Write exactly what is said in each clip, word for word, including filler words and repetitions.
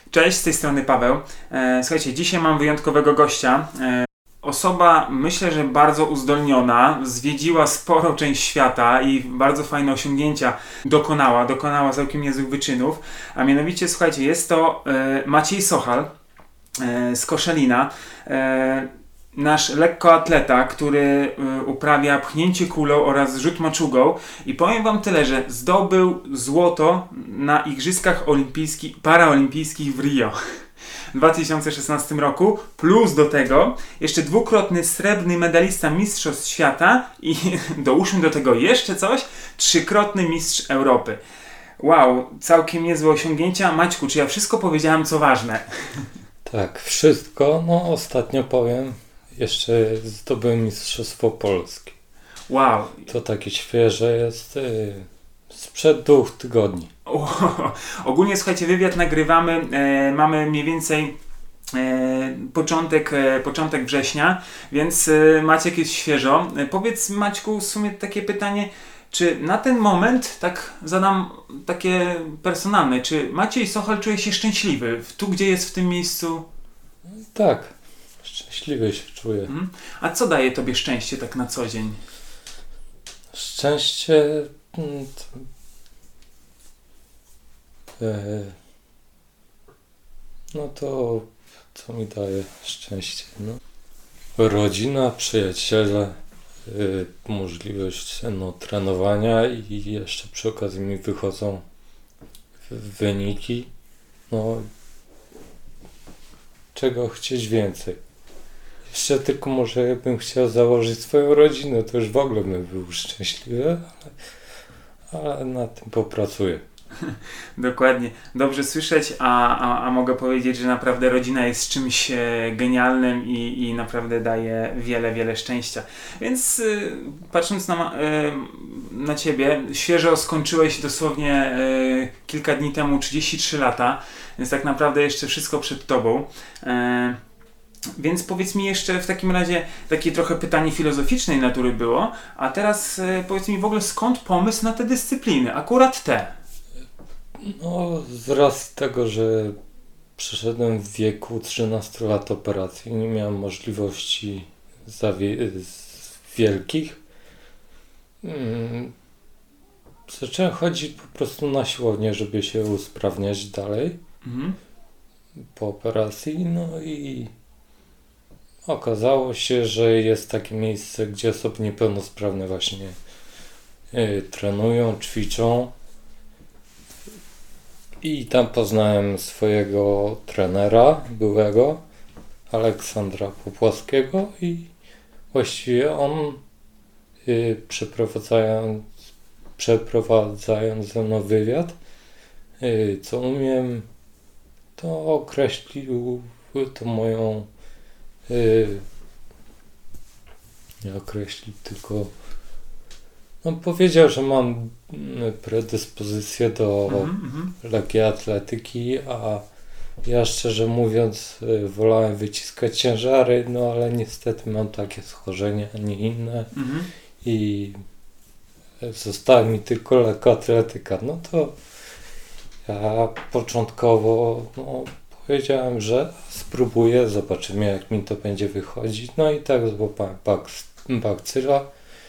Cześć, z tej strony Paweł. E, słuchajcie, dzisiaj mam wyjątkowego gościa. E, osoba, myślę, że bardzo uzdolniona, zwiedziła sporą część świata i bardzo fajne osiągnięcia dokonała, dokonała całkiem niezłych wyczynów. A mianowicie, słuchajcie, jest to e, Maciej Sochal e, z Koszalina. E, Nasz lekkoatleta, który y, uprawia pchnięcie kulą oraz rzut maczugą i powiem wam tyle, że zdobył złoto na Igrzyskach Olimpijskich, Paraolimpijskich w Rio w dwa tysiące szesnastym roku, plus do tego jeszcze dwukrotny srebrny medalista Mistrzostw Świata i dołóżmy do tego jeszcze coś, trzykrotny mistrz Europy. Wow, całkiem niezłe osiągnięcia. Maćku, czy ja wszystko powiedziałem, co ważne? Tak, wszystko. No ostatnio powiem, jeszcze zdobyłem Mistrzostwo Polski. Wow. To takie świeże jest yy, sprzed dwóch tygodni. O, ogólnie, słuchajcie, wywiad nagrywamy, e, mamy mniej więcej e, początek, e, początek września, więc e, Maciek jest świeżo. E, powiedz, Maćku, w sumie takie pytanie, czy na ten moment, tak zadam takie personalne, czy Maciej Sochal czuje się szczęśliwy tu, gdzie jest w tym miejscu? Tak, szczęśliwy się czuję. Mhm. A co daje tobie szczęście tak na co dzień? Szczęście... mm, to, e, no to co mi daje szczęście? No. Rodzina, przyjaciele, y, możliwość no, trenowania i jeszcze przy okazji mi wychodzą wyniki. No, czego chcieć więcej? Jeszcze tylko może bym chciał założyć swoją rodzinę, to już w ogóle bym był szczęśliwy, ale, ale nad tym popracuję. Dokładnie. Dobrze słyszeć, a, a, a mogę powiedzieć, że naprawdę rodzina jest czymś e, genialnym i, i naprawdę daje wiele, wiele szczęścia. Więc y, patrząc na, y, na Ciebie, świeżo skończyłeś dosłownie y, kilka dni temu trzydzieści trzy lata, więc tak naprawdę jeszcze wszystko przed Tobą. E, Więc powiedz mi jeszcze w takim razie takie trochę pytanie filozoficznej natury było, a teraz e, powiedz mi w ogóle skąd pomysł na te dyscypliny, akurat te? No, z racji tego, że przeszedłem w wieku trzynastu lat operacji, nie miałem możliwości zawie- z wielkich. Hmm. Zacząłem chodzić po prostu na siłownię, żeby się usprawniać dalej Mhm. po operacji. No i okazało się, że jest takie miejsce, gdzie osoby niepełnosprawne właśnie y, trenują, ćwiczą. I tam poznałem swojego trenera, byłego, Aleksandra Popławskiego i właściwie on y, przeprowadzając, przeprowadzając ze mną wywiad, y, co umiem, to określił to moją, y, nie określił, tylko no, powiedział, że mam predyspozycję do Mhm, lekkiej atletyki, a ja szczerze mówiąc wolałem wyciskać ciężary, no ale niestety mam takie schorzenie, a nie inne mhm. i została mi tylko lekkoatletyka. No to ja początkowo no, powiedziałem, że spróbuję, zobaczymy jak mi to będzie wychodzić. No i tak złapałem bakcyla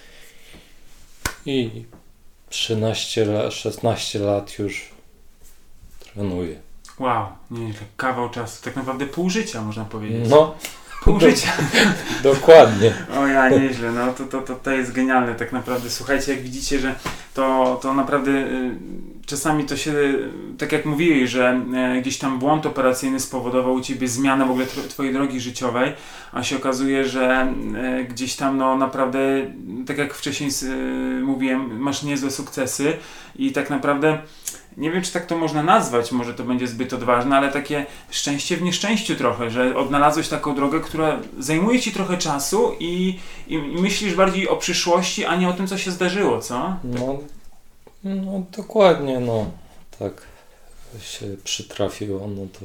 i trzynaście lat, szesnaście lat już trenuję. Wow, nieźle. Kawał czasu. Tak naprawdę pół życia można powiedzieć. No, Pół do, życia. dokładnie. O ja, nieźle. No to, to, to, to jest genialne tak naprawdę. Słuchajcie, jak widzicie, że to, to naprawdę y, czasami to się, tak jak mówiłeś, że y, gdzieś tam błąd operacyjny spowodował u Ciebie zmianę w ogóle tw- Twojej drogi życiowej, a się okazuje, że y, gdzieś tam no naprawdę, tak jak wcześniej y, mówiłem, masz niezłe sukcesy i tak naprawdę nie wiem, czy tak to można nazwać, może to będzie zbyt odważne, ale takie szczęście w nieszczęściu trochę, że odnalazłeś taką drogę, która zajmuje Ci trochę czasu i, i, i myślisz bardziej o przyszłości, a nie o tym, co się zdarzyło, co? No, no dokładnie, no tak się przytrafiło, no to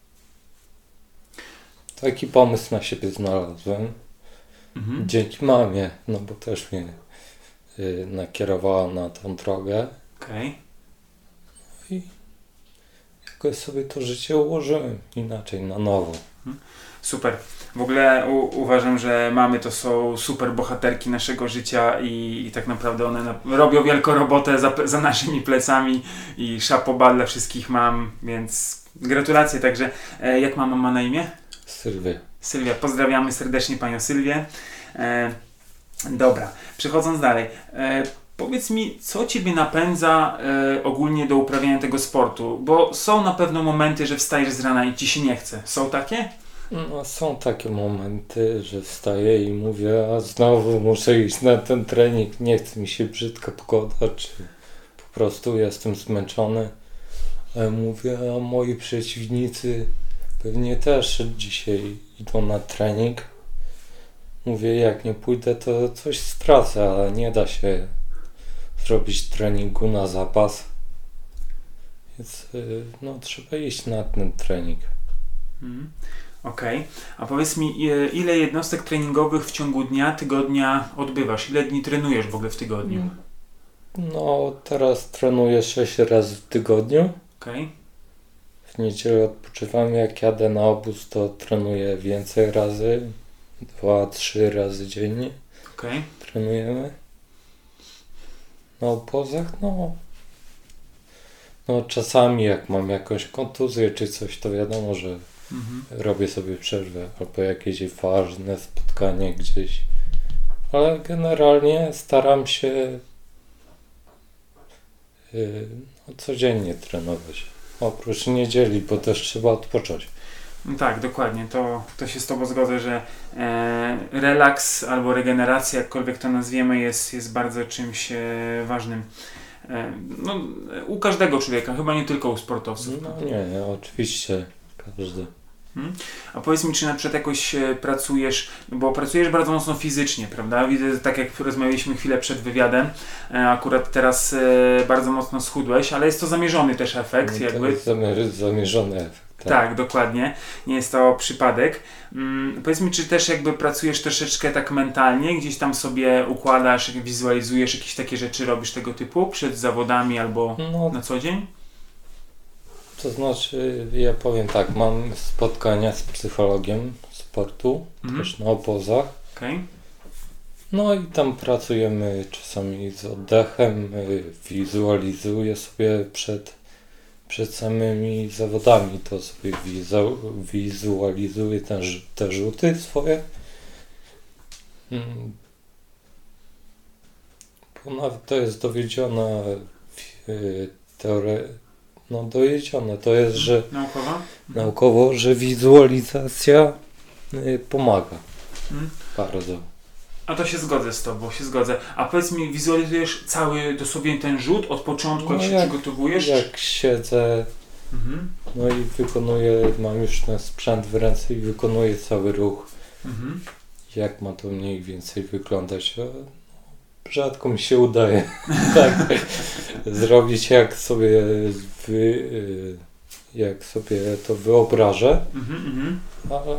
taki pomysł na siebie znalazłem. Mhm. Dzięki mamie, no bo też mnie y, nakierowała na tą drogę. Okej. I tylko sobie to życie ułożyłem inaczej, na nowo. Super. W ogóle u, uważam, że mamy to są super bohaterki naszego życia i, i tak naprawdę one na, robią wielką robotę za, za naszymi plecami i szapoba dla wszystkich mam, więc gratulacje. Także e, jak mama ma na imię? Sylwia. Sylwia. Pozdrawiamy serdecznie panią Sylwię. E, dobra, przechodząc dalej. E, Powiedz mi, co Ciebie napędza e, ogólnie do uprawiania tego sportu? Bo są na pewno momenty, że wstajesz z rana i Ci się nie chce. Są takie? No, są takie momenty, że wstaję i mówię, a znowu muszę iść na ten trening, nie chce mi się brzydka pogoda, czy po prostu jestem zmęczony. Ale mówię, a moi przeciwnicy pewnie też dzisiaj idą na trening. Mówię, jak nie pójdę, to coś stracę, ale nie da się zrobić treningu na zapas. Więc no, trzeba iść na ten trening. Mhm. Okej. Okay. A powiedz mi, ile jednostek treningowych w ciągu dnia, tygodnia odbywasz? Ile dni trenujesz w ogóle w tygodniu? No, teraz trenuję sześć razy w tygodniu. Okej. Okay. W niedzielę odpoczywam. Jak jadę na obóz, to trenuję więcej razy. Dwa, trzy razy dziennie. Okej. Okay. Trenujemy. Na obozach, no... No czasami jak mam jakąś kontuzję czy coś, to wiadomo, że mhm. robię sobie przerwę albo jakieś ważne spotkanie gdzieś. Ale generalnie staram się yy, no, codziennie trenować. Oprócz niedzieli, bo też trzeba odpocząć. No tak, dokładnie. To, to się z Tobą zgodzę, że e, relaks albo regeneracja, jakkolwiek to nazwiemy, jest, jest bardzo czymś e, ważnym. E, no, u każdego człowieka, chyba nie tylko u sportowców. No nie, nie oczywiście każdy. Hmm? A powiedz mi, czy na przykład jakoś e, pracujesz, bo pracujesz bardzo mocno fizycznie, prawda? Widzę, tak jak rozmawialiśmy chwilę przed wywiadem, e, akurat teraz e, bardzo mocno schudłeś, ale jest to zamierzony też efekt. No, jakby. To jest zamier- zamierzony efekt. Tak. Tak, dokładnie. Nie jest to przypadek. Hmm, powiedz mi, czy też jakby pracujesz troszeczkę tak mentalnie, gdzieś tam sobie układasz, wizualizujesz jakieś takie rzeczy, robisz tego typu przed zawodami albo No, na co dzień? To znaczy, ja powiem tak, mam spotkania z psychologiem sportu, Mhm. też na obozach. Okej. No i tam pracujemy czasami z oddechem, y, wizualizuję sobie przed, przed samymi zawodami, to sobie wizu, wizualizuję ten, ż- te rzuty swoje. Mm. Ponadto to jest dowiedzione y, teore, no dowiedzione to jest, że Naukowo? naukowo, że wizualizacja y, pomaga Mhm. bardzo. A to się zgodzę z Tobą, się zgodzę. A powiedz mi, wizualizujesz cały dosłownie ten rzut od początku, jak No się jak- przygotowujesz? Jak siedzę, Mhm. no i wykonuję, mam już ten sprzęt w ręce i wykonuję cały ruch, Mhm. jak ma to mniej więcej wyglądać. A, no, rzadko mi się udaje tak zrobić, jak sobie wy, y, jak sobie to wyobrażę, Mhm, mhm. ale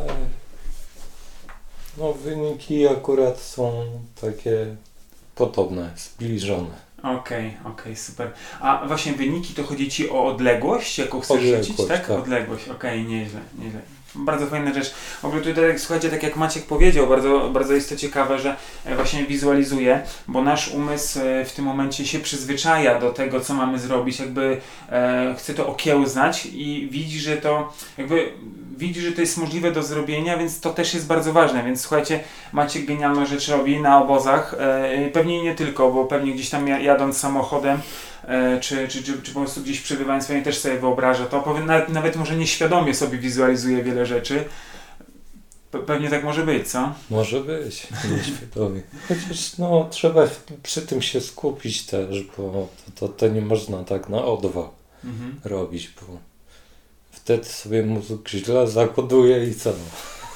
no wyniki akurat są takie podobne, zbliżone. Okej, okej, super. A właśnie wyniki, to chodzi Ci o odległość, jaką chcesz Odległość, rzucić, tak? tak. Odległość, okej, nieźle, nieźle. Bardzo fajna rzecz. W ogóle tutaj, słuchajcie, tak jak Maciek powiedział, bardzo, bardzo jest to ciekawe, że e, właśnie wizualizuje, bo nasz umysł e, w tym momencie się przyzwyczaja do tego, co mamy zrobić, jakby e, chce to okiełznać i widzi, że to jakby widzi, że to jest możliwe do zrobienia, więc to też jest bardzo ważne, więc słuchajcie, Maciek genialną rzecz robi na obozach, e, pewnie nie tylko, bo pewnie gdzieś tam jadąc samochodem, e, czy, czy, czy, czy po prostu gdzieś przebywając swoje też sobie wyobraża to, powiem, nawet, nawet może nieświadomie sobie wizualizuje wiele rzeczy. Pe- pewnie tak może być, co? Może być, nieświadomie. Chociaż no trzeba przy tym się skupić też, bo to, to, to nie można tak na odwal Mhm. robić, bo wtedy sobie mózg źle zakoduje i co?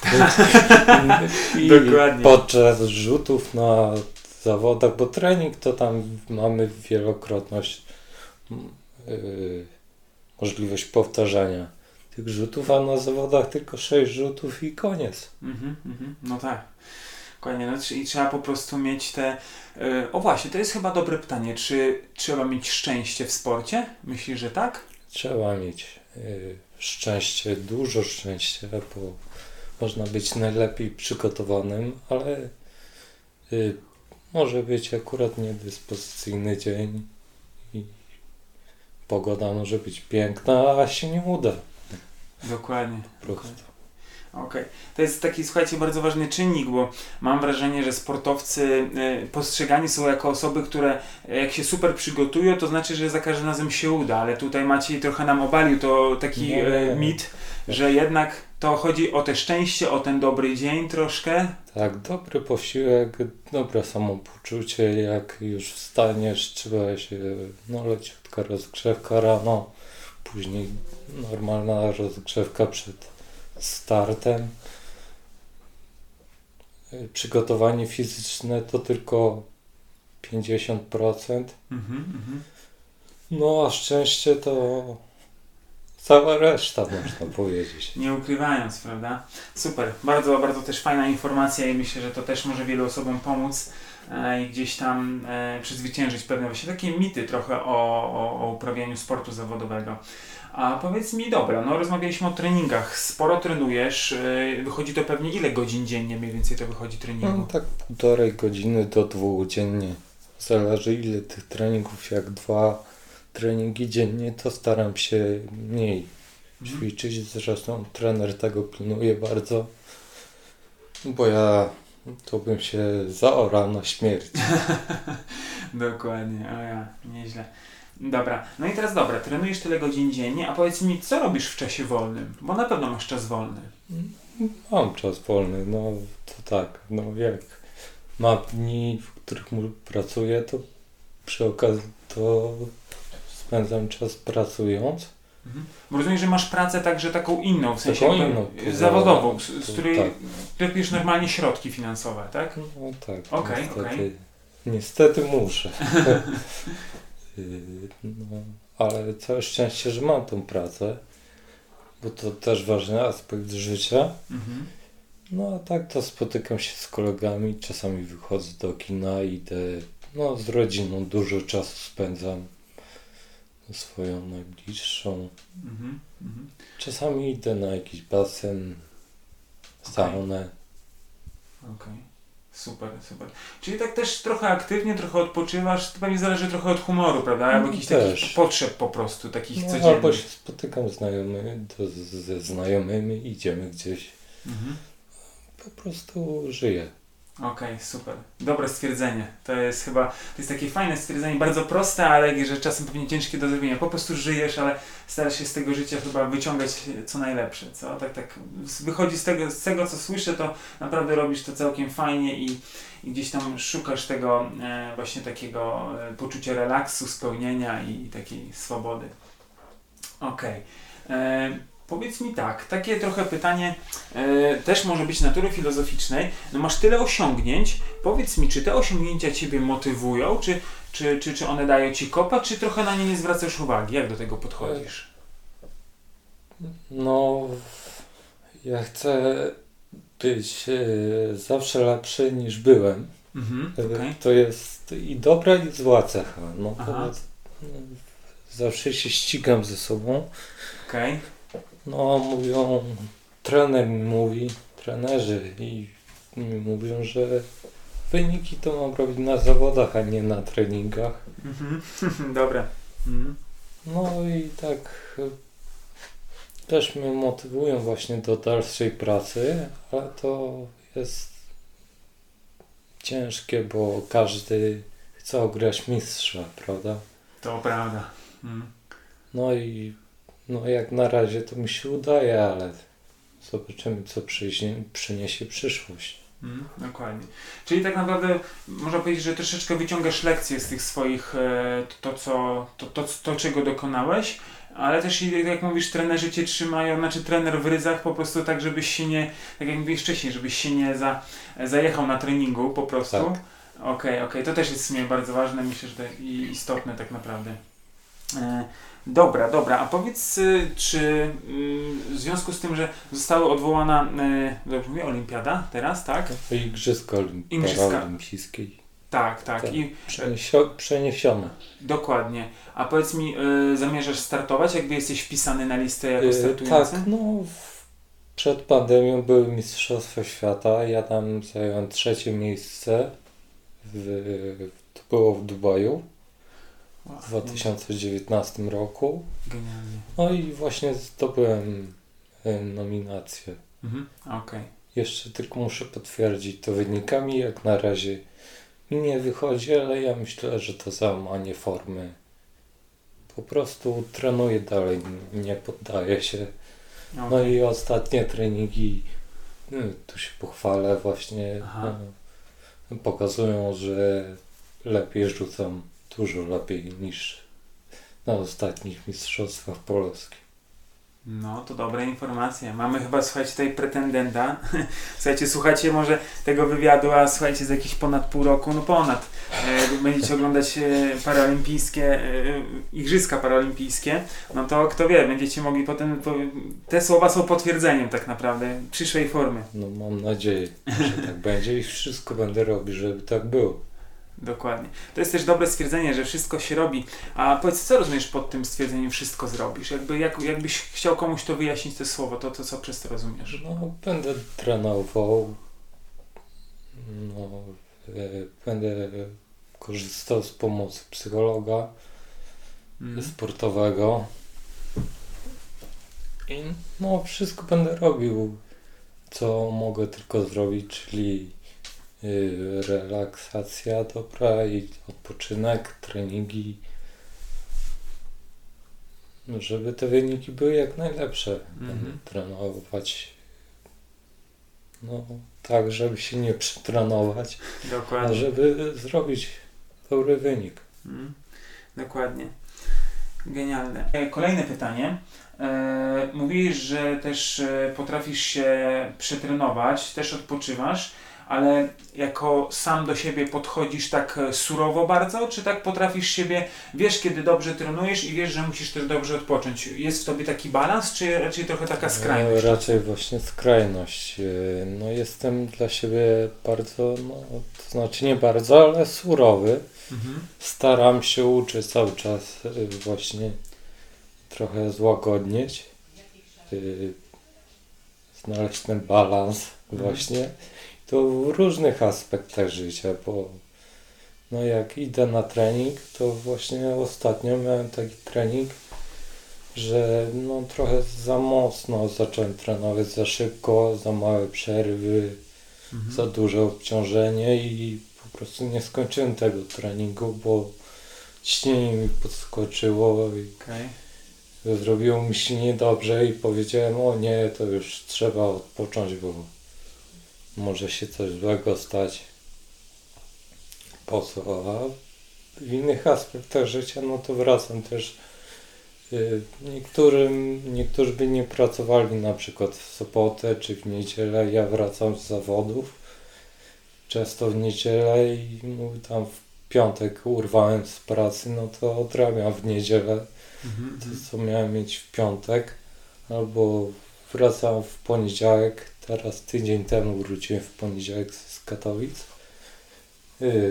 I Dokładnie. podczas rzutów na zawodach, bo trening to tam mamy wielokrotność, yy, możliwość powtarzania tych rzutów, a na zawodach tylko sześć rzutów i koniec. Mhm, mhm. No tak. Dokładnie, no, i trzeba po prostu mieć te... Yy, o właśnie, to jest chyba dobre pytanie. Czy trzeba mieć szczęście w sporcie? Myślisz, że tak? Trzeba mieć. y, szczęście, dużo szczęścia, bo można być najlepiej przygotowanym, ale y, może być akurat niedyspozycyjny dzień i pogoda może być piękna, a się nie uda. Dokładnie. Po prostu. Okej. To jest taki, słuchajcie, bardzo ważny czynnik, bo mam wrażenie, że sportowcy y, postrzegani są jako osoby, które y, jak się super przygotują, to znaczy, że za każdym razem się uda, ale tutaj Maciej trochę nam obalił to taki Nie. y, mit, że jednak to chodzi o te szczęście, o ten dobry dzień troszkę. Tak, dobry posiłek, dobre samopoczucie, jak już wstaniesz, trzeba się, no leciutka rozgrzewka rano, później normalna rozgrzewka przed startem. Y, Przygotowanie fizyczne to tylko pięćdziesiąt procent, Mhm, mhm. no a szczęście to cała reszta, można powiedzieć. Nie ukrywając, prawda? Super, bardzo, bardzo też fajna informacja i myślę, że to też może wielu osobom pomóc e, i gdzieś tam e, przezwyciężyć pewne właśnie takie mity trochę o, o, o uprawianiu sportu zawodowego. A powiedz mi, dobra, no rozmawialiśmy o treningach, sporo trenujesz, e, wychodzi to pewnie ile godzin dziennie mniej więcej to wychodzi treningu? No tak półtorej godziny do dwóch dziennie. Zależy ile tych treningów, jak dwa treningi dziennie, to staram się mniej Mhm. ćwiczyć. Zresztą trener tego pilnuje bardzo, bo ja to bym się zaorał na śmierć. Dokładnie, o ja, nieźle. Dobra, no i teraz dobra, trenujesz tyle godzin dziennie, a powiedz mi, co robisz w czasie wolnym? Bo na pewno masz czas wolny. Mam czas wolny, no to tak, no jak mam dni, w których mu pracuję, to przy okazji to spędzam czas pracując. Mhm. Bo rozumiem, że masz pracę także taką inną, w sensie Taką jakby inną, poza- zawodową, z, z to której tak. czerpiesz normalnie środki finansowe, tak? No tak, Okej, niestety, okej. niestety muszę. Yy, no, ale całe szczęście, że mam tą pracę, bo to też ważny aspekt życia. Mhm. No a tak to spotykam się z kolegami, czasami wychodzę do kina, idę, no z rodziną dużo czasu spędzam, swoją najbliższą. Mhm. Mhm. Czasami idę na jakiś basen, saunę. Okej. Super, super. Czyli tak też trochę aktywnie, trochę odpoczywasz, to pewnie zależy trochę od humoru, prawda? Albo No, jakichś też. takich potrzeb po prostu, takich No, codziennych. albo się spotykam znajomymi, to z, ze znajomymi, idziemy gdzieś, Mhm. po prostu żyję. Okej, super. Dobre stwierdzenie. To jest chyba, to jest takie fajne stwierdzenie, bardzo proste, ale że czasem pewnie ciężkie do zrobienia. Po prostu żyjesz, ale starasz się z tego życia chyba wyciągać co najlepsze, co? Tak, tak wychodzi z tego, z tego co słyszę, to naprawdę robisz to całkiem fajnie i, i gdzieś tam szukasz tego e, właśnie takiego e, poczucia relaksu, spełnienia i, i takiej swobody. Okej. E, Powiedz mi tak, takie trochę pytanie e, też może być natury filozoficznej. No masz tyle osiągnięć, powiedz mi, czy te osiągnięcia Ciebie motywują, czy, czy, czy, czy one dają Ci kopa, czy trochę na nie nie zwracasz uwagi? Jak do tego podchodzisz? No, ja chcę być e, zawsze lepszy niż byłem. Mhm, E, okej. To jest i dobra i zła cecha. No, Aha. powiedz, no, zawsze się ścigam ze sobą. Okej. No, mówią, trener mi mówi, trenerzy i mi mówią, że wyniki to mam robić na zawodach, a nie na treningach. Mhm. Dobra. Mhm. No i tak e, też mnie motywują właśnie do dalszej pracy, ale to jest ciężkie, bo każdy chce ograć mistrza, prawda? To prawda. Mhm. No i no jak na razie to mi się udaje, ale zobaczymy, co przyniesie, przyniesie przyszłość. Mm, dokładnie. Czyli tak naprawdę można powiedzieć, że troszeczkę wyciągasz lekcje z tych swoich, e, to, co, to, to, to czego dokonałeś, ale też i, jak mówisz, trenerzy Cię trzymają, znaczy trener w ryzach po prostu tak, żebyś się nie, tak jak mówiłeś wcześniej, żebyś się nie za, zajechał na treningu po prostu. Okej, Tak. okej, okay, to też jest w sumie bardzo ważne, myślę, że to i istotne tak naprawdę. E, Dobra, dobra, a powiedz, y, czy y, w związku z tym, że została odwołana, y, dobrze mówię, olimpiada teraz, tak? Igrzyska Igrzyska. Paraolimpijskie. Tak, tak. Tak. I Przeniesia- przeniesione. dokładnie. A powiedz mi, y, zamierzasz startować? Jakby jesteś wpisany na listę jako Yy, startujący? tak, no w, przed pandemią były Mistrzostwa Świata, ja tam zająłem trzecie miejsce, w, to było w Dubaju Wow, w dwa tysiące dziewiętnastym roku. Genialnie. No i właśnie zdobyłem y, nominację. Mhm. Okej. Jeszcze tylko muszę potwierdzić to wynikami, jak na razie mi nie wychodzi, ale ja myślę, że to załamanie formy. Po prostu trenuję dalej, nie poddaję się. No Okej. i ostatnie treningi, no, tu się pochwalę właśnie, Aha. no, pokazują, że lepiej rzucam, dużo lepiej niż na ostatnich mistrzostwach polskich. No, to dobre informacje. Mamy chyba, słuchajcie, tutaj pretendenta. Słuchajcie, słuchajcie może tego wywiadu, a słuchajcie, za jakieś ponad pół roku, no ponad. E, będziecie oglądać e, paraolimpijskie, e, igrzyska paraolimpijskie, no to kto wie, będziecie mogli potem, po, te słowa są potwierdzeniem tak naprawdę przyszłej formy. No mam nadzieję, że tak będzie i wszystko będę robił, żeby tak było. Dokładnie. To jest też dobre stwierdzenie, że wszystko się robi. A powiedz, co rozumiesz pod tym stwierdzeniem wszystko zrobisz? Jakby, jak, jakbyś chciał komuś to wyjaśnić, to słowo, to, to co przez to rozumiesz? No będę trenował, no e, będę korzystał z pomocy psychologa Mm. sportowego i no wszystko będę robił, co mogę tylko zrobić, czyli y, relaksacja dobra i odpoczynek, treningi, żeby te wyniki były jak najlepsze. Będę Mhm. trenować no tak, żeby się nie przetrenować, a Dokładnie. żeby zrobić dobry wynik. Mm. Dokładnie. Genialne. E, Kolejne pytanie. E, mówisz, że też e, potrafisz się przetrenować, też odpoczywasz, ale jako sam do siebie podchodzisz tak e, surowo bardzo, czy tak potrafisz siebie, wiesz kiedy dobrze trenujesz i wiesz, że musisz też dobrze odpocząć. Jest w tobie taki balans, czy raczej trochę taka skrajność? No, raczej właśnie skrajność. Yy, No jestem dla siebie bardzo, no to znaczy nie bardzo, ale surowy. Mhm. Staram się uczyć cały czas yy, właśnie trochę złagodnieć, yy, znaleźć ten balans Mhm. właśnie. To w różnych aspektach życia, bo no jak idę na trening, to właśnie ostatnio miałem taki trening, że no trochę za mocno zacząłem trenować, za szybko, za małe przerwy, Mhm. za duże obciążenie i po prostu nie skończyłem tego treningu, bo ciśnienie mi podskoczyło i Okej. zrobiło mi się niedobrze i powiedziałem, o nie, to już trzeba odpocząć, bo może się coś złego stać. Po co? A w innych aspektach życia, no to wracam też. y, Niektórym, niektórzy by nie pracowali na przykład w sobotę czy w niedzielę. Ja wracam z zawodów często w niedzielę i mówię tam w piątek urwałem z pracy, no to odrabiam w niedzielę Mhm. to, co miałem mieć w piątek, albo wracam w poniedziałek. Teraz tydzień temu wróciłem w poniedziałek z Katowic yy,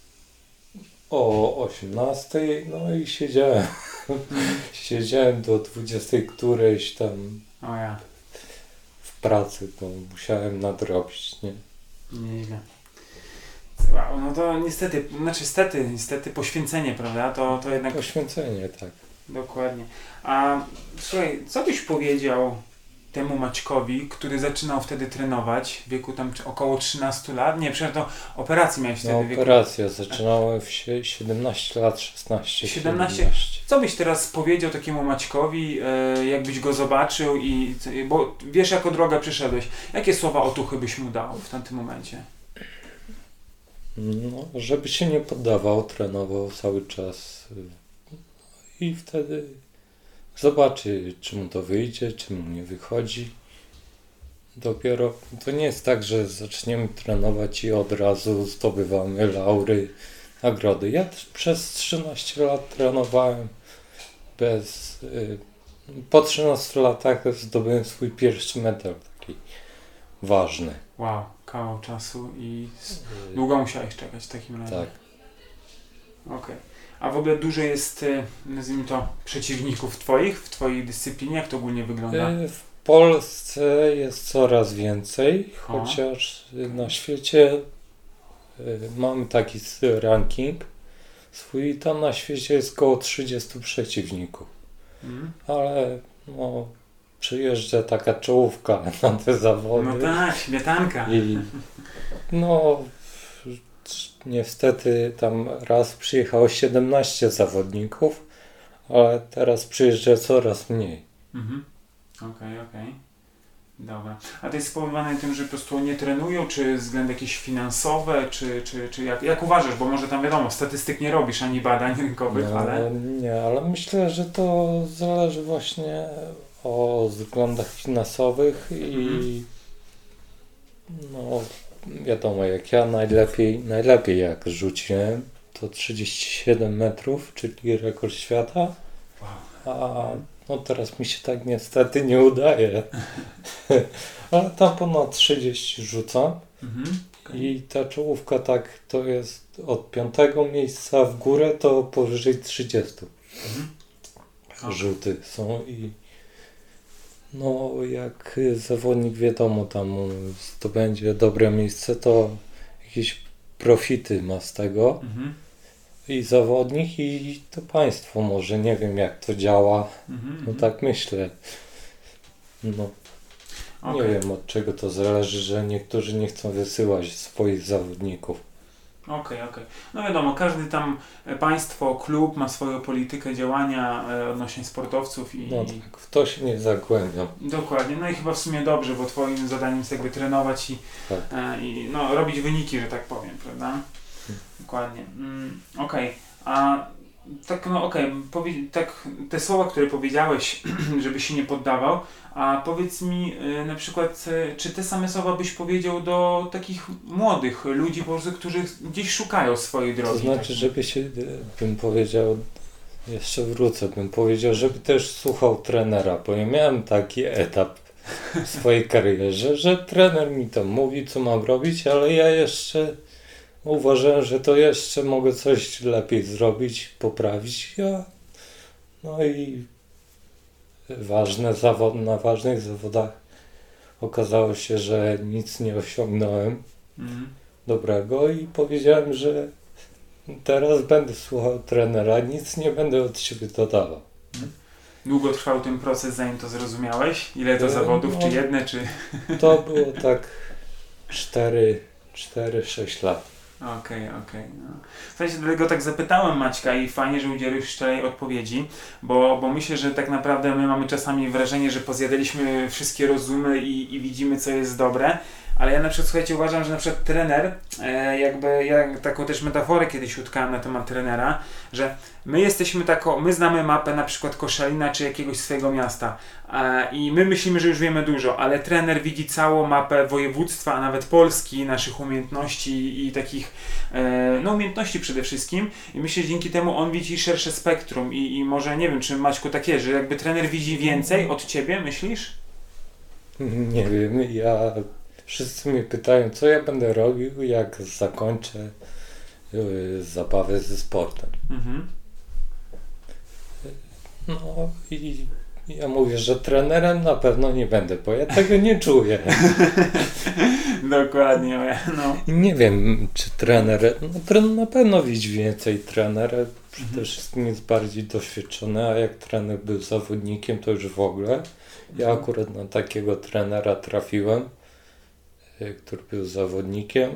o osiemnastej, no i siedziałem siedziałem do dwudziestej którejś tam O ja. w pracy, bo musiałem nadrobić, nie? Nieźle. Wow, no to niestety, znaczy niestety, niestety poświęcenie, prawda? To, to jednak Poświęcenie, tak. dokładnie. A słuchaj, co byś powiedział temu Maćkowi, który zaczynał wtedy trenować w wieku tam czy około trzynastu lat? Nie, przecież to operacji miałeś No, wtedy w wieku. operacja, zaczynałem w sie- siedemnaście lat, szesnaście, siedemnaście. siedemnaście. Co byś teraz powiedział takiemu Maćkowi, e, jakbyś go zobaczył i, bo wiesz jaką drogę przeszedłeś. Jakie słowa otuchy byś mu dał w tamtym momencie? No, żeby się nie poddawał, trenował cały czas y, i wtedy zobaczy, czy mu to wyjdzie, czy mu nie wychodzi. Dopiero to nie jest tak, że zaczniemy trenować i od razu zdobywamy laury, nagrody. Ja też przez trzynaście lat trenowałem bez... Y, po trzynastu latach zdobyłem swój pierwszy medal taki ważny. Wow, kawał czasu i długo musiałeś czekać w takim razie. Tak. Okej. Okay. A w ogóle dużo jest, nazwijmy to, przeciwników twoich w twojej dyscyplinie? Jak to ogólnie wygląda? W Polsce jest coraz więcej, O. chociaż na świecie mamy taki ranking swój i tam na świecie jest około trzydziestu przeciwników. Mm. Ale no, przyjeżdża taka czołówka na te zawody. No tak, śmietanka. I no niestety tam raz przyjechało siedemnaście zawodników, ale teraz przyjeżdża coraz mniej. Mhm. Okej, okay, okej. Okay. Dobra. A to jest spowodowane tym, że po prostu nie trenują, czy względy jakieś finansowe, czy, czy, czy jak, jak uważasz? Bo może tam wiadomo, statystyk nie robisz, ani badań rynkowych, No, ale... Nie, ale myślę, że to zależy właśnie o względach finansowych i no wiadomo, jak ja najlepiej, najlepiej jak rzuciłem, to trzydzieści siedem metrów, czyli rekord świata, a no teraz mi się tak niestety nie udaje, ale tam ponad trzydzieści rzucam Mhm. i ta czołówka tak to jest od piątego miejsca w górę to powyżej trzydziestu. Mhm. Rzuty są i no jak zawodnik wiadomo tam zdobędzie dobre miejsce, to jakieś profity ma z tego. Mhm. I zawodnik, i to państwo może, nie wiem jak to działa, Mhm. no tak myślę. No, nie Okay. wiem od czego to zależy, że niektórzy nie chcą wysyłać swoich zawodników. Okej, okay, okej. Okay. No wiadomo, każdy tam państwo, klub ma swoją politykę działania e, odnośnie sportowców i... No tak, w to się nie zagłębiam. Dokładnie, no i chyba w sumie dobrze, bo twoim zadaniem jest jakby trenować i, Tak. e, i no, robić wyniki, że tak powiem, prawda? Hmm. Dokładnie. Mm, okej, okay. A tak no okej, okay. tak te słowa, które powiedziałeś, żeby się nie poddawał, a powiedz mi y, na przykład, y, czy te same słowa byś powiedział do takich młodych ludzi po prostu, którzy gdzieś szukają swojej drogi? To znaczy, takiej. żeby się, bym powiedział, jeszcze wrócę, bym powiedział, żeby też słuchał trenera, bo ja miałem taki etap w swojej karierze, że trener mi tam mówi, co mam robić, ale ja jeszcze uważałem, że to jeszcze mogę coś lepiej zrobić, poprawić. Ja, no i ważne zawody, na ważnych zawodach okazało się, że nic nie osiągnąłem Mhm. dobrego i powiedziałem, że teraz będę słuchał trenera, nic nie będę od siebie dodawał. Długo trwał ten proces, zanim to zrozumiałeś? Ile to E, zawodów? no, Czy jedne, czy... To było tak cztery sześć lat. Okej, okay, okej. Okay, no. Słuchajcie, dlatego tak zapytałem Maćka i fajnie, że udzielił szczerej odpowiedzi, bo, bo myślę, że tak naprawdę my mamy czasami wrażenie, że pozjadaliśmy wszystkie rozumy i, i widzimy, co jest dobre, ale ja na przykład, słuchajcie, uważam, że na przykład trener, e, jakby ja taką też metaforę kiedyś utkałem na temat trenera, że my jesteśmy taką, my znamy mapę na przykład Koszalina czy jakiegoś swojego miasta e, i my myślimy, że już wiemy dużo, ale trener widzi całą mapę województwa, a nawet Polski, naszych umiejętności i takich, e, no umiejętności przede wszystkim i myślę, że dzięki temu on widzi szersze spektrum i, i może, nie wiem, czy Maćku tak jest, że jakby trener widzi więcej od ciebie, myślisz? Nie wiem, ja... Wszyscy mnie pytają, co ja będę robił, jak zakończę yy, zabawę ze sportem. Mhm. No i ja mówię, że trenerem na pewno nie będę, bo ja tego nie czuję. Dokładnie, no. I nie wiem, czy trener, no trener na pewno widzi więcej, trener przede Mhm. wszystkim jest bardziej doświadczony, a jak trener był zawodnikiem, to już w ogóle. Ja akurat na takiego trenera trafiłem, który był zawodnikiem.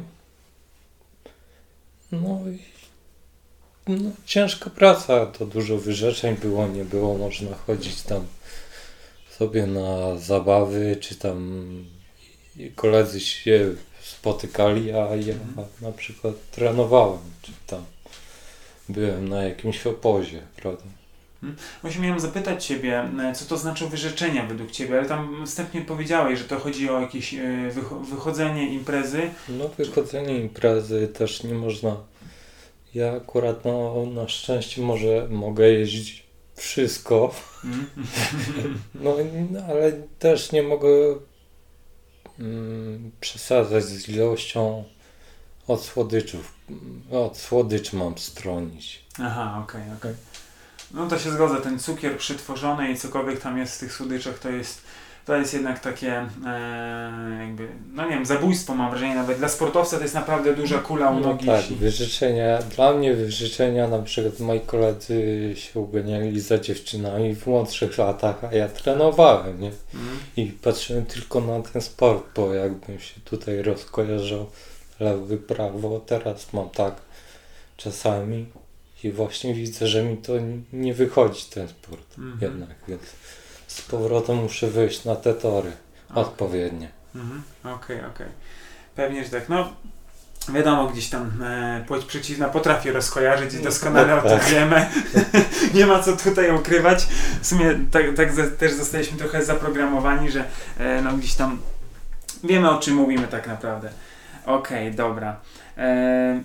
No i no, ciężka praca, to dużo wyrzeczeń było, nie było, można chodzić tam sobie na zabawy, czy tam koledzy się spotykali, a ja na przykład trenowałem, czy tam byłem na jakimś obozie, prawda? Właśnie miałem zapytać Ciebie, co to znaczą wyrzeczenia według Ciebie, ale tam wstępnie powiedziałeś, że to chodzi o jakieś wycho- wychodzenie, imprezy. No wychodzenie imprezy też nie można. Ja akurat no, na szczęście może mogę jeździć wszystko, Mm. no ale też nie mogę mm, przesadzać z ilością od słodyczów. Od słodyczy mam stronić. Aha, okej, okay, okej. Okay. No to się zgodzę, ten cukier przetworzony i cokolwiek tam jest w tych słodyczach, to jest, to jest jednak takie e, jakby, no nie wiem, zabójstwo mam wrażenie, nawet dla sportowca to jest naprawdę duża kula u No nogi. tak, wyżyczenia, dla mnie wyżyczenia, na przykład moi koledzy się uganiali za dziewczynami w młodszych latach, a ja trenowałem, nie? Mm. I patrzyłem tylko na ten sport, bo jakbym się tutaj rozkojarzał lewy, prawo, teraz mam tak czasami i właśnie widzę, że mi to nie wychodzi ten sport Mm-hmm. jednak, więc z powrotem muszę wyjść na te tory Okay. odpowiednie. Mhm. Okej, okay, okej. Okay. Pewnie, że tak. No wiadomo, gdzieś tam e, płeć przeciwna potrafi rozkojarzyć i doskonale o tym wiemy. Nie ma co tutaj ukrywać. W sumie tak, tak za, też zostaliśmy trochę zaprogramowani, że e, no gdzieś tam wiemy, o czym mówimy tak naprawdę. Okej, okay, dobra. E,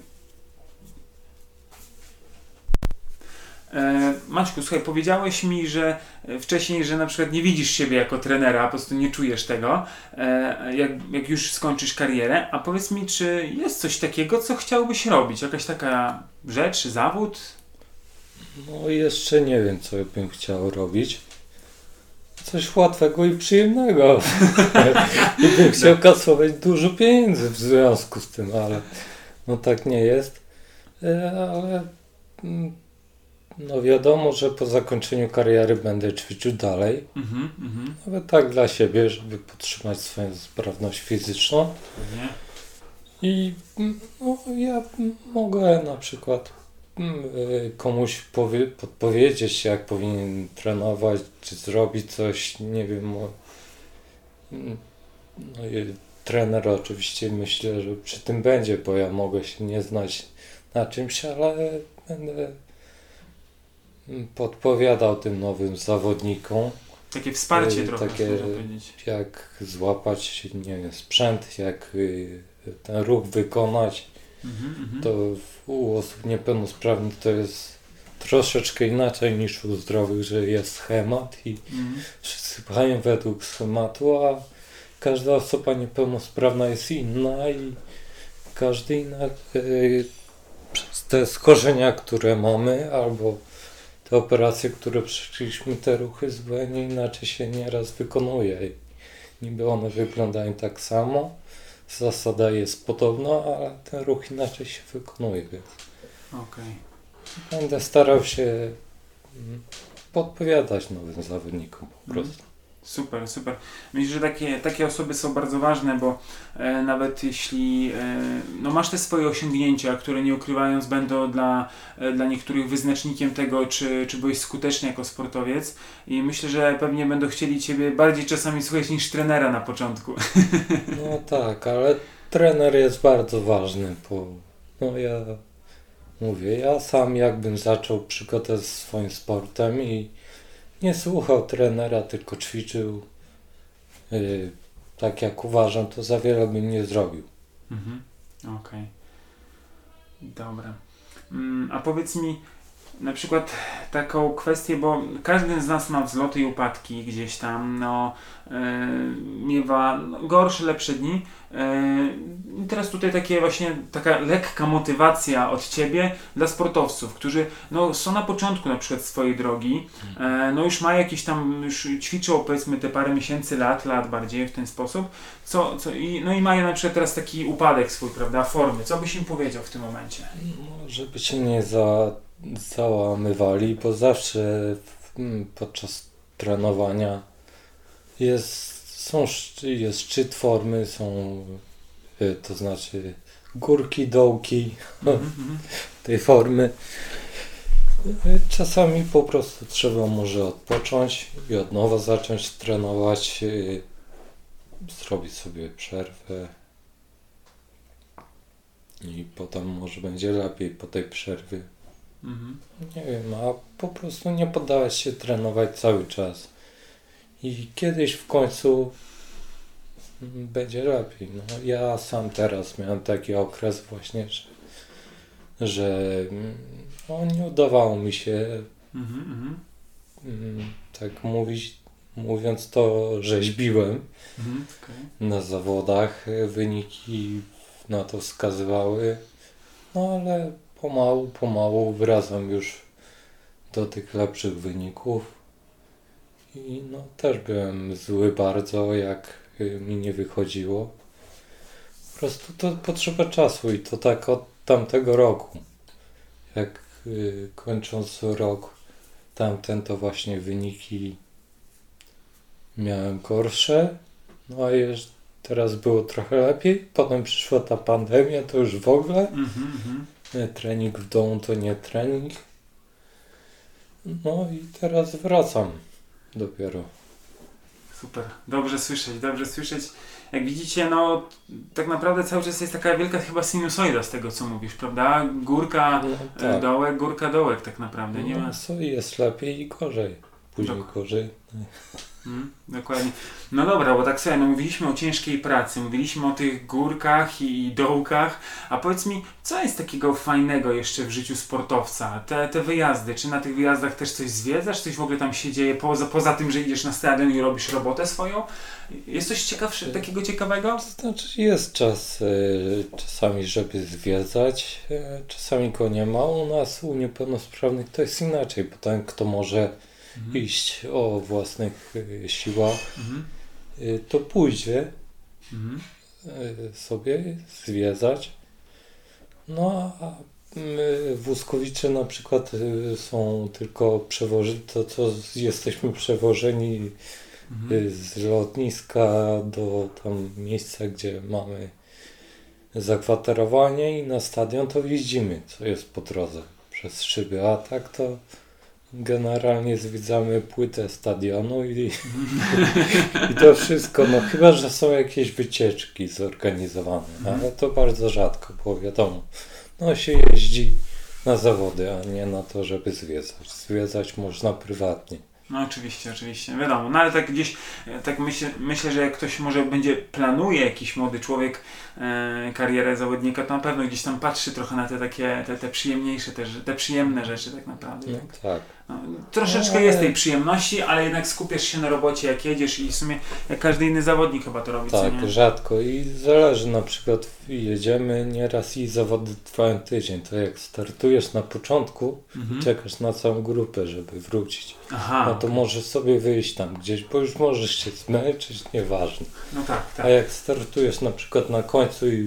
E, Maćku, słuchaj, powiedziałeś mi, że wcześniej, że na przykład nie widzisz siebie jako trenera, po prostu nie czujesz tego, e, jak, jak już skończysz karierę, a powiedz mi, czy jest coś takiego, co chciałbyś robić? Jakaś taka rzecz, zawód? No jeszcze nie wiem, co bym chciał robić. Coś łatwego i przyjemnego. I bym chciał kasować dużo pieniędzy w związku z tym, ale no tak nie jest. E, ale... Mm, No wiadomo, że po zakończeniu kariery będę ćwiczył dalej. Mhm, mhm. Nawet tak dla siebie, żeby podtrzymać swoją sprawność fizyczną. Nie. I no, ja mogę na przykład komuś powie, podpowiedzieć, jak powinien trenować, czy zrobić coś, nie wiem. No i trener oczywiście myślę, że przy tym będzie, bo ja mogę się nie znać na czymś, ale będę podpowiadał tym nowym zawodnikom. Takie wsparcie y, trochę, takie, można powiedzieć. Jak złapać, nie wiem, sprzęt, jak y, ten ruch wykonać. Mhm, mhm. To u osób niepełnosprawnych to jest troszeczkę inaczej niż u zdrowych, że jest schemat i Mhm. wszyscy pchają według schematu, a każda osoba niepełnosprawna jest inna i każdy inna y, przez te schorzenia, które mamy, albo te operacje, które przeszliśmy, te ruchy zupełnie inaczej się nieraz wykonuje. I niby one wyglądają tak samo, zasada jest podobna, ale ten ruch inaczej się wykonuje. Więc Okej. będę starał się mm, podpowiadać nowym zawodnikom po Mhm. prostu. Super, super. Myślę, że takie, takie osoby są bardzo ważne, bo e, nawet jeśli e, no masz te swoje osiągnięcia, które nie ukrywając będą dla, e, dla niektórych wyznacznikiem tego, czy, czy byłeś skuteczny jako sportowiec i myślę, że pewnie będą chcieli Ciebie bardziej czasami słuchać niż trenera na początku. No tak, ale trener jest bardzo ważny, bo no ja mówię, ja sam jakbym zaczął przygodę z swoim sportem i nie słuchał trenera, tylko ćwiczył yy, tak jak uważam, to za wiele bym nie zrobił. Mhm. Okej. Okay. Dobra. Mm, a powiedz mi na przykład taką kwestię, bo każdy z nas ma wzloty i upadki gdzieś tam, no yy, miewa no, gorsze, lepsze dni. Yy, teraz tutaj takie właśnie taka lekka motywacja od Ciebie dla sportowców, którzy no, są na początku na przykład swojej drogi, yy, no już mają jakieś tam, już ćwiczą powiedzmy te parę miesięcy, lat, lat bardziej w ten sposób, co, co i, no i mają na przykład teraz taki upadek swój, prawda, formy. Co byś im powiedział w tym momencie? No, żeby się nie za, załamywali, bo zawsze w, podczas trenowania jest, są, jest szczyt formy, są y, to znaczy górki, dołki Mhm. tej formy. Y, Czasami po prostu trzeba może odpocząć i od nowa zacząć trenować, y, zrobić sobie przerwę i potem może będzie lepiej po tej przerwie. Mhm. Nie wiem, a po prostu nie poddawać się trenować cały czas. I kiedyś w końcu mm, będzie lepiej. No, ja sam teraz miałem taki okres właśnie, że, że mm, no, nie udawało mi się Mhm. Mhm. mm, tak mówić mówiąc to, rzeźbiłem Mhm. Okay. na zawodach. Wyniki na to wskazywały. No ale pomału, pomału wracam już do tych lepszych wyników. I no też byłem zły bardzo, jak y, mi nie wychodziło. Po prostu to potrzeba czasu i to tak od tamtego roku. Jak y, kończąc rok tamten, to właśnie wyniki miałem gorsze. No a już teraz było trochę lepiej. Potem przyszła ta pandemia, to już w ogóle. Mhm, mhm. Nie, trening w domu to nie trening. No i teraz wracam dopiero. Super, dobrze słyszeć, dobrze słyszeć. Jak widzicie, no tak naprawdę cały czas jest taka wielka chyba sinusoida z tego, co mówisz, prawda? Górka, No, e, tak. dołek, górka, dołek tak naprawdę, nie ma... No, co jest lepiej i gorzej. Później Dok- gorzej. Mm, dokładnie. No dobra, bo tak sobie, no mówiliśmy o ciężkiej pracy, mówiliśmy o tych górkach i, i dołkach, a powiedz mi, co jest takiego fajnego jeszcze w życiu sportowca? Te, te wyjazdy, czy na tych wyjazdach też coś zwiedzasz, coś w ogóle tam się dzieje, poza, poza tym, że idziesz na stadion i robisz robotę swoją? Jest coś ciekawsze, takiego ciekawego? To znaczy jest czas e, czasami, żeby zwiedzać, e, czasami go nie ma. U nas, u niepełnosprawnych to jest inaczej, bo ten, kto może Mhm. iść o własnych e, siłach, Mhm. e, to pójdzie Mhm. e, sobie zwiedzać. No a my wózkowicze na przykład e, są tylko przewożeni, to co jesteśmy przewożeni Mhm. y, z lotniska do tam miejsca, gdzie mamy zakwaterowanie i na stadion to jeździmy, co jest po drodze przez szyby, a tak to generalnie zwiedzamy płytę stadionu i, i to wszystko, no chyba, że są jakieś wycieczki zorganizowane, ale to bardzo rzadko, bo wiadomo, no się jeździ na zawody, a nie na to, żeby zwiedzać. Zwiedzać można prywatnie. No oczywiście, oczywiście, wiadomo, no ale tak gdzieś, e, tak myślę, myślę, że jak ktoś może będzie, planuje jakiś młody człowiek e, karierę zawodnika, to na pewno gdzieś tam patrzy trochę na te takie, te, te przyjemniejsze, te, te przyjemne rzeczy tak naprawdę. No Tak. tak. No, troszeczkę No, ale- jest tej przyjemności, ale jednak skupiasz się na robocie jak jedziesz i w sumie jak każdy inny zawodnik chyba to robi, co Tak, nie? rzadko i zależy, na przykład jedziemy nieraz i zawody trwają tydzień, to jak startujesz na początku Mhm. i czekasz na całą grupę, żeby wrócić, Aha, no to możesz sobie wyjść tam gdzieś, bo już możesz się zmęczyć, nieważne. no tak, tak. A jak startujesz na przykład na końcu i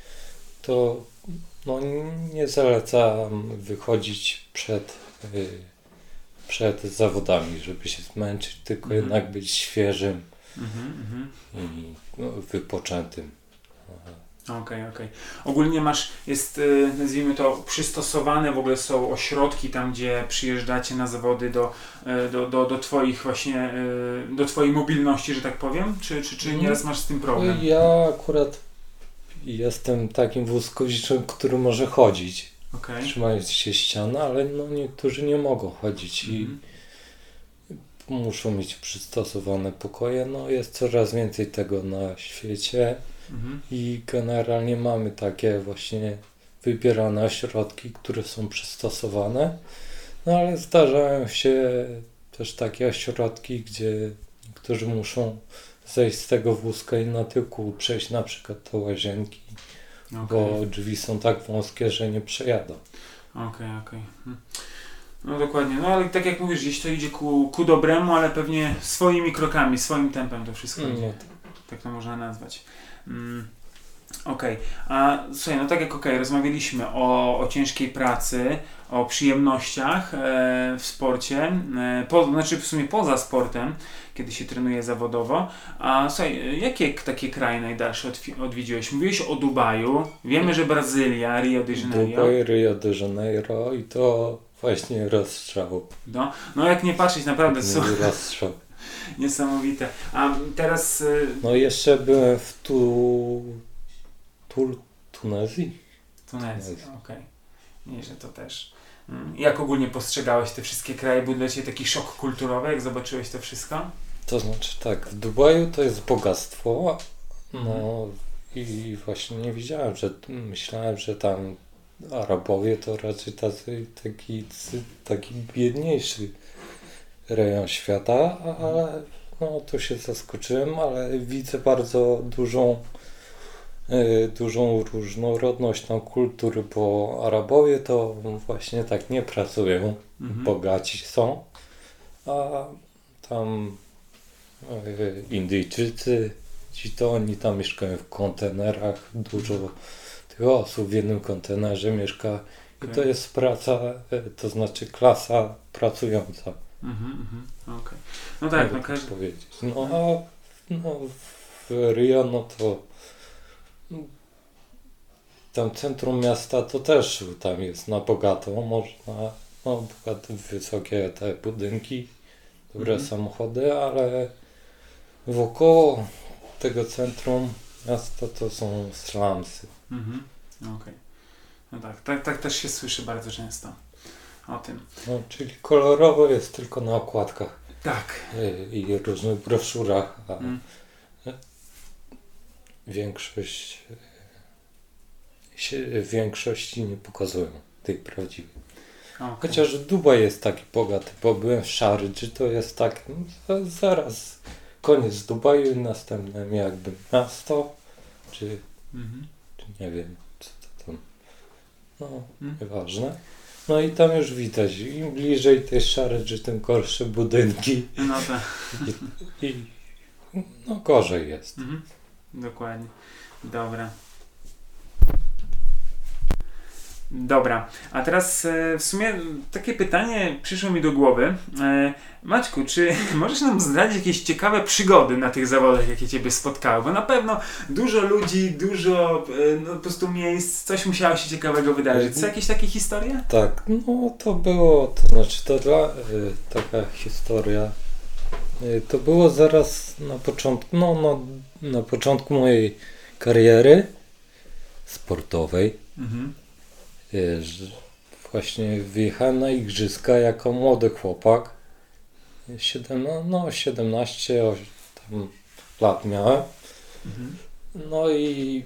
to no nie zalecam wychodzić przed, y, przed zawodami, żeby się zmęczyć, tylko Mhm. jednak być świeżym Mhm, mhm. i no, wypoczętym. Okej, okej. Ogólnie masz, jest, y, nazwijmy to, przystosowane, w ogóle są ośrodki tam, gdzie przyjeżdżacie na zawody do, y, do, do, do twoich właśnie, y, do twojej mobilności, że tak powiem? Czy, czy, czy nieraz masz z tym problem? Ja akurat jestem takim wózkowiczem, który może chodzić, Okej. trzymając się ściany, ale no niektórzy nie mogą chodzić i Mhm. muszą mieć przystosowane pokoje. No jest coraz więcej tego na świecie Mhm. i generalnie mamy takie właśnie wybierane ośrodki, które są przystosowane. No ale zdarzają się też takie ośrodki, gdzie niektórzy muszą zejść z tego wózka i na tyłku przejść na przykład do łazienki, Okej, bo drzwi są tak wąskie, że nie przejadą. okej, okej. Mhm. No dokładnie, no ale tak jak mówisz, gdzieś to idzie ku, ku dobremu, ale pewnie swoimi krokami, swoim tempem to wszystko idzie. No, Tak to można nazwać. Mm, okej, a słuchaj, no tak jak okej, rozmawialiśmy o, o ciężkiej pracy, o przyjemnościach e, w sporcie, e, po, znaczy w sumie poza sportem, kiedy się trenuje zawodowo. A słuchaj, jakie k- takie kraje najdalsze odwi- odwiedziłeś? Mówiłeś o Dubaju, wiemy, że Brazylia, Rio de Janeiro. Dubaj, Rio de Janeiro i to właśnie rozstrzał. No, no jak nie patrzeć, naprawdę są Mój rozstrzał. niesamowite. A teraz y, No jeszcze byłem w tu... tu... Tunezji? Tunezja, Tunezja. okej. Nie, że to też. Mm, Jak ogólnie postrzegałeś te wszystkie kraje? Był dla Ciebie taki szok kulturowy, jak zobaczyłeś to wszystko? To znaczy tak, w Dubaju to jest bogactwo, no i właśnie nie widziałem, że myślałem, że tam Arabowie to raczej tacy, taki, taki biedniejszy rejon świata, ale no to się zaskoczyłem, ale widzę bardzo dużą, y, dużą różnorodność tam kultury, bo Arabowie to właśnie tak nie pracują, Mhm. bogaci są, a tam y, Indyjczycy, ci to oni tam mieszkają w kontenerach, dużo tych osób w jednym kontenerze mieszka i to Okej. jest praca, y, to znaczy klasa pracująca. Mhm, mhm. Okej. No tak, no Mogę tak każdy... powiedzieć. No a no, w Rio, no to tam centrum miasta to też tam jest na bogato, można, no bogate, wysokie te budynki, dobre Mhm. samochody, ale wokoło tego centrum miasta to są slumsy. Mhm. Okej. No tak, tak, tak też się słyszy bardzo często o tym. No, czyli kolorowo jest tylko na okładkach Tak. y, i różnych broszurach, a Mm. większość się w większości nie pokazują tej prawdziwej. Okej. Chociaż Dubaj jest taki bogaty, bo byłem w Szardży, to jest tak, no, to zaraz koniec Dubaju i następne jakby miasto, czy, Mhm. czy nie wiem, co to tam, no Mm. nieważne. No i tam już widać, im bliżej tej Szardży, tym gorsze budynki No tak. i, i no gorzej jest. Mhm. Dokładnie. Dobra. Dobra, a teraz e, w sumie takie pytanie przyszło mi do głowy. E, Maćku, czy możesz nam zdradzić jakieś ciekawe przygody na tych zawodach, jakie Ciebie spotkały? Bo na pewno dużo ludzi, dużo e, no, po prostu miejsc, coś musiało się ciekawego wydarzyć. Są jakieś takie historie? Tak, no to było, to znaczy to dla, y, taka historia, y, to było zaraz na początku, no, no na początku mojej kariery sportowej, Mhm. y, że właśnie wyjechałem na igrzyska jako młody chłopak, siedem, no, no siedemnaście oś- tam lat miałem, Mhm. no i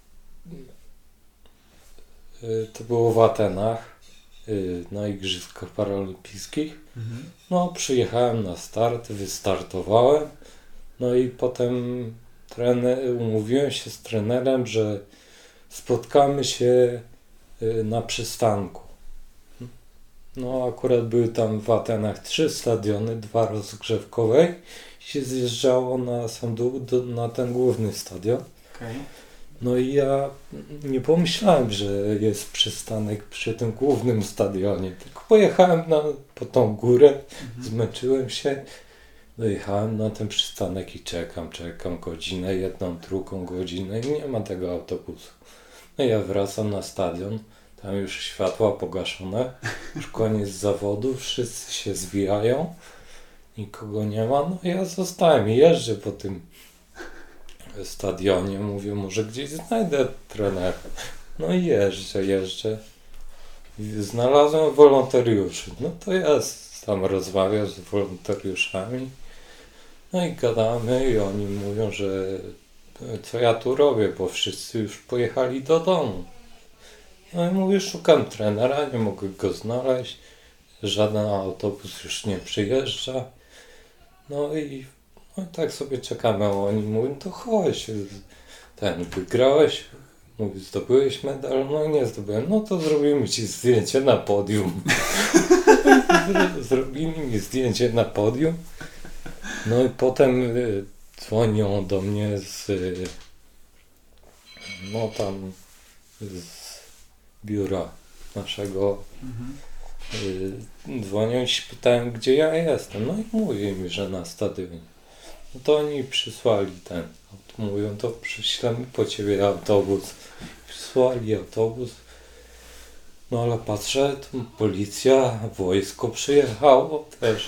y, to było w Atenach, y, na igrzyskach paralimpijskich. Mhm. No, przyjechałem na start, wystartowałem, no i potem trener, umówiłem się z trenerem, że spotkamy się y, na przystanku. No, akurat były tam w Atenach trzy stadiony, dwa rozgrzewkowe i się zjeżdżało na sam dół, do, na ten główny stadion. Okej. No i ja nie pomyślałem, że jest przystanek przy tym głównym stadionie, tylko pojechałem na, po tą górę, Mhm. zmęczyłem się, dojechałem na ten przystanek i czekam, czekam godzinę, jedną, drugą godzinę i nie ma tego autobusu. No i ja wracam na stadion, tam już światła pogaszone, już koniec zawodu, wszyscy się zwijają, nikogo nie ma, no ja zostałem i jeżdżę po tym stadionie, mówię, może gdzieś znajdę trenera. No i jeżdżę, jeżdżę. I znalazłem wolontariuszy. No to ja z- tam rozmawiam z wolontariuszami. No i gadamy i oni mówią, że e, co ja tu robię, bo wszyscy już pojechali do domu. No i mówię, szukam trenera, nie mogę go znaleźć. Żaden autobus już nie przyjeżdża. No i no i tak sobie czekamy, a oni mówią, to chodź, ten, wygrałeś, mówi, zdobyłeś medal, no nie zdobyłem, no to zrobimy ci zdjęcie na podium. Zro- Zrobili mi zdjęcie na podium, no i potem y, dzwonią do mnie z, y, no tam, z biura naszego, Mhm. y, dzwonią i się pytają, gdzie ja jestem, no i mówię im, że na stadionie. No to oni przysłali ten, mówią, to przyślemy po ciebie autobus. Przysłali autobus, no ale patrzę, tu policja, wojsko przyjechało też.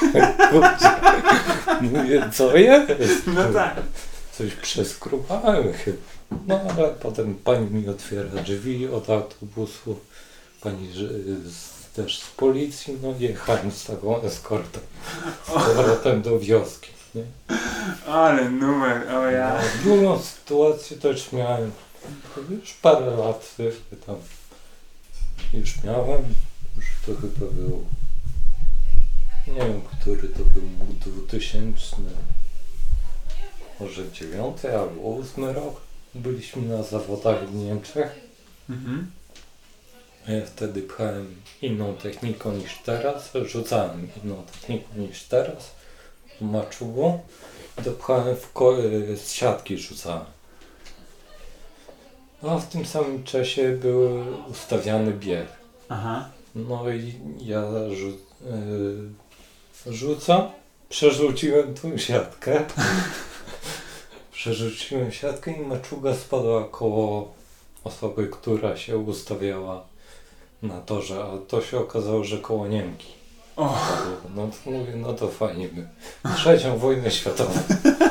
Mówię, co jest? No tak. Coś przeskrubałem chyba. No ale potem pani mi otwiera drzwi od autobusu, pani że- z, też z policji, no jechałem z taką eskortą z powrotem do wioski. Nie? Ale numer, o ja. No, drugą sytuację też miałem już parę lat y, tam już miałem, już to chyba było Nie wiem, który to był dwutysięczny, może dziewiąty albo ósmy rok. Byliśmy na zawodach w Niemczech. Mhm. Ja wtedy pchałem inną techniką niż teraz, rzucałem inną techniką niż teraz, maczugą, dopchałem w ko- z siatki rzucałem. A w tym samym czasie był ustawiany bieg. Aha. No i ja rzu- yy, rzucam, przerzuciłem tą siatkę, przerzuciłem siatkę i maczuga spadła koło osoby, która się ustawiała na torze, a to się okazało, że koło Niemki. O. No to mówię, no to fajnie by. Trzecią wojnę światową.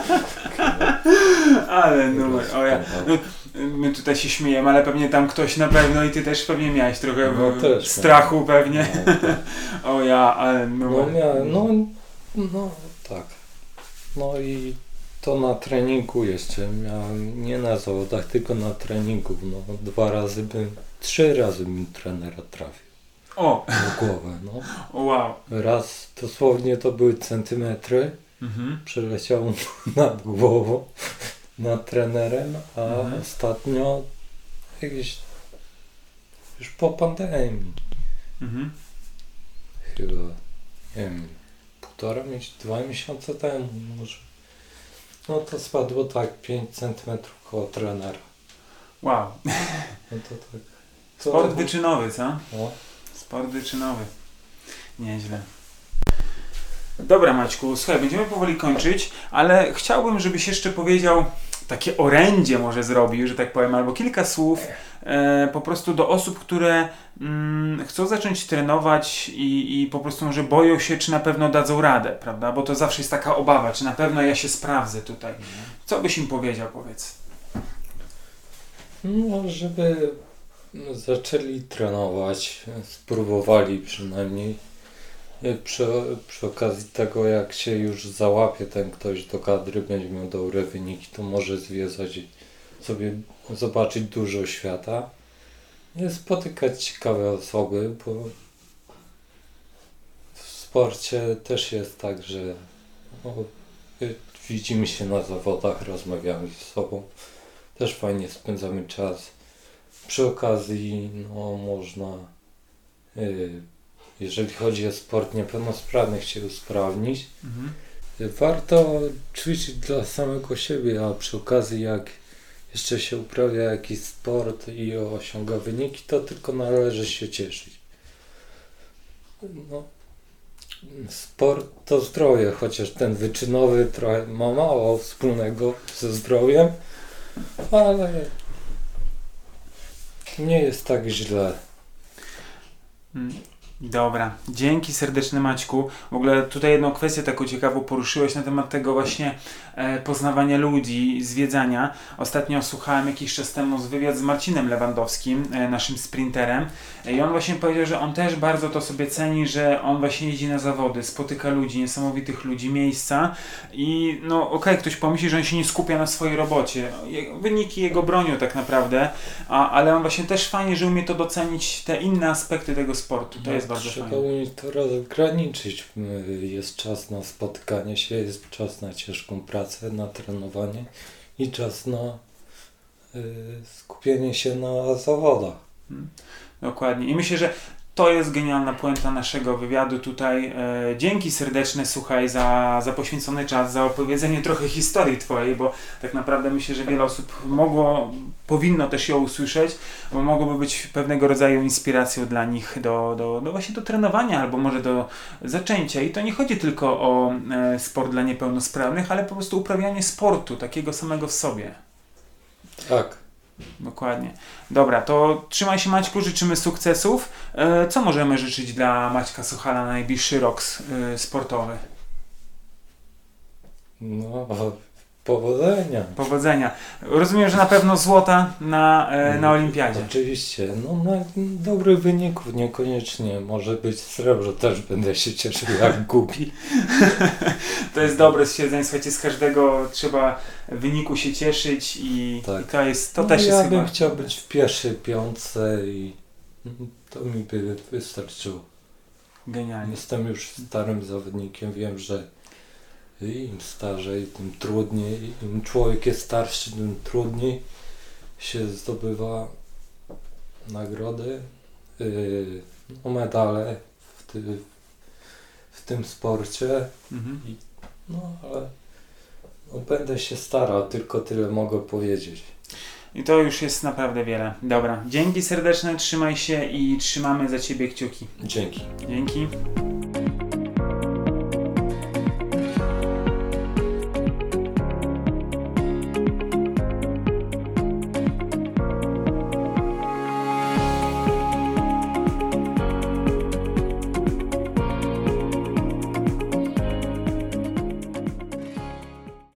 Ale numer, o ja. No, my tutaj się śmiejemy, ale pewnie tam ktoś na pewno i ty też pewnie miałeś trochę No w- też, strachu pewnie. No, tak. O ja, ale No numer. miałem, no, no tak. No i to na treningu jeszcze miałem, nie na zawodach, tylko na treningu. No dwa razy bym, trzy razy bym trenera trafił O, w głowę, no. wow. Raz dosłownie to były centymetry, Mhm. przeleciał nad głową, nad trenerem, a Mhm. ostatnio jakieś już po pandemii, Mhm. chyba, nie wiem, półtora miesiąca, dwa miesiące temu może. No to spadło tak pięć centymetrów koło trenera. Wow. No to tak. To, Sport wyczynowy, co? no. Sport wyczynowy. Nieźle. Dobra Maćku, słuchaj, będziemy powoli kończyć, ale chciałbym, żebyś jeszcze powiedział takie orędzie może zrobił, że tak powiem, albo kilka słów e, po prostu do osób, które mm, chcą zacząć trenować i, i po prostu może boją się, czy na pewno dadzą radę, prawda? Bo to zawsze jest taka obawa, czy na pewno ja się sprawdzę tutaj. Co byś im powiedział, powiedz? No, żeby zaczęli trenować, spróbowali przynajmniej. Przy, przy okazji tego, jak się już załapie ten ktoś do kadry, będzie miał dobre wyniki, to może zwiedzać sobie, zobaczyć dużo świata, spotykać ciekawe osoby, bo w sporcie też jest tak, że no, widzimy się na zawodach, rozmawiamy ze sobą, też fajnie spędzamy czas. Przy okazji no, można yy, jeżeli chodzi o sport niepełnosprawnych, się usprawnić. Mhm. Warto ćwiczyć dla samego siebie, a przy okazji jak jeszcze się uprawia jakiś sport i osiąga wyniki, to tylko należy się cieszyć. No, sport to zdrowie, chociaż ten wyczynowy trochę ma mało wspólnego ze zdrowiem, ale nie jest tak źle. Mm. Dobra, dzięki serdeczne Maćku. W ogóle tutaj jedną kwestię taką ciekawą poruszyłeś na temat tego właśnie e, poznawania ludzi, zwiedzania. Ostatnio słuchałem jakiś czas temu z wywiad z Marcinem Lewandowskim, e, naszym sprinterem e, i on właśnie powiedział, że on też bardzo to sobie ceni, że on właśnie jeździ na zawody, spotyka ludzi, niesamowitych ludzi, miejsca i no okej, okay, ktoś pomyśli, że on się nie skupia na swojej robocie. Je, wyniki jego bronią tak naprawdę, a, ale on właśnie też fajnie, że umie to docenić, te inne aspekty tego sportu. To jest bardzo Trzeba fajne. umieć to rozgraniczyć. Jest czas na spotykanie się, jest czas na ciężką pracę, na trenowanie i czas na y, skupienie się na zawodach. Hmm. Dokładnie. I myślę, że to jest genialna puenta naszego wywiadu tutaj. E, dzięki serdeczne, słuchaj, za, za poświęcony czas, za opowiedzenie trochę historii Twojej, bo tak naprawdę myślę, że wiele osób mogło, powinno też ją usłyszeć, bo mogłoby być pewnego rodzaju inspiracją dla nich do, do, do właśnie do trenowania albo może do zaczęcia. I to nie chodzi tylko o e, sport dla niepełnosprawnych, ale po prostu uprawianie sportu, takiego samego w sobie. Tak. Dokładnie. Dobra, to trzymaj się Maćku, życzymy sukcesów. E, co możemy życzyć dla Maćka Sochala na najbliższy rok e, sportowy? No, powodzenia. Powodzenia. Rozumiem, że na pewno złota na, e, na olimpiadzie. Oczywiście. No, na dobrych wyników niekoniecznie. Może być srebro, też będę się cieszył jak głupi. To jest dobre stwierdzenie. Słuchajcie, z każdego trzeba wyniku się cieszyć i, Tak. i to jest, to no, też ja jest bym chyba... chciał być w pierwszej piątce i to mi by wystarczyło. Genialnie. Jestem już starym zawodnikiem, wiem, że im starzej, tym trudniej, im człowiek jest starszy, tym trudniej się zdobywa nagrody, yy, no medale w, ty, w tym sporcie. Mhm. I, no ale no, będę się starał, tylko tyle mogę powiedzieć. I to już jest naprawdę wiele. Dobra, dzięki serdeczne, trzymaj się i trzymamy za Ciebie kciuki. Dzięki. Dzięki.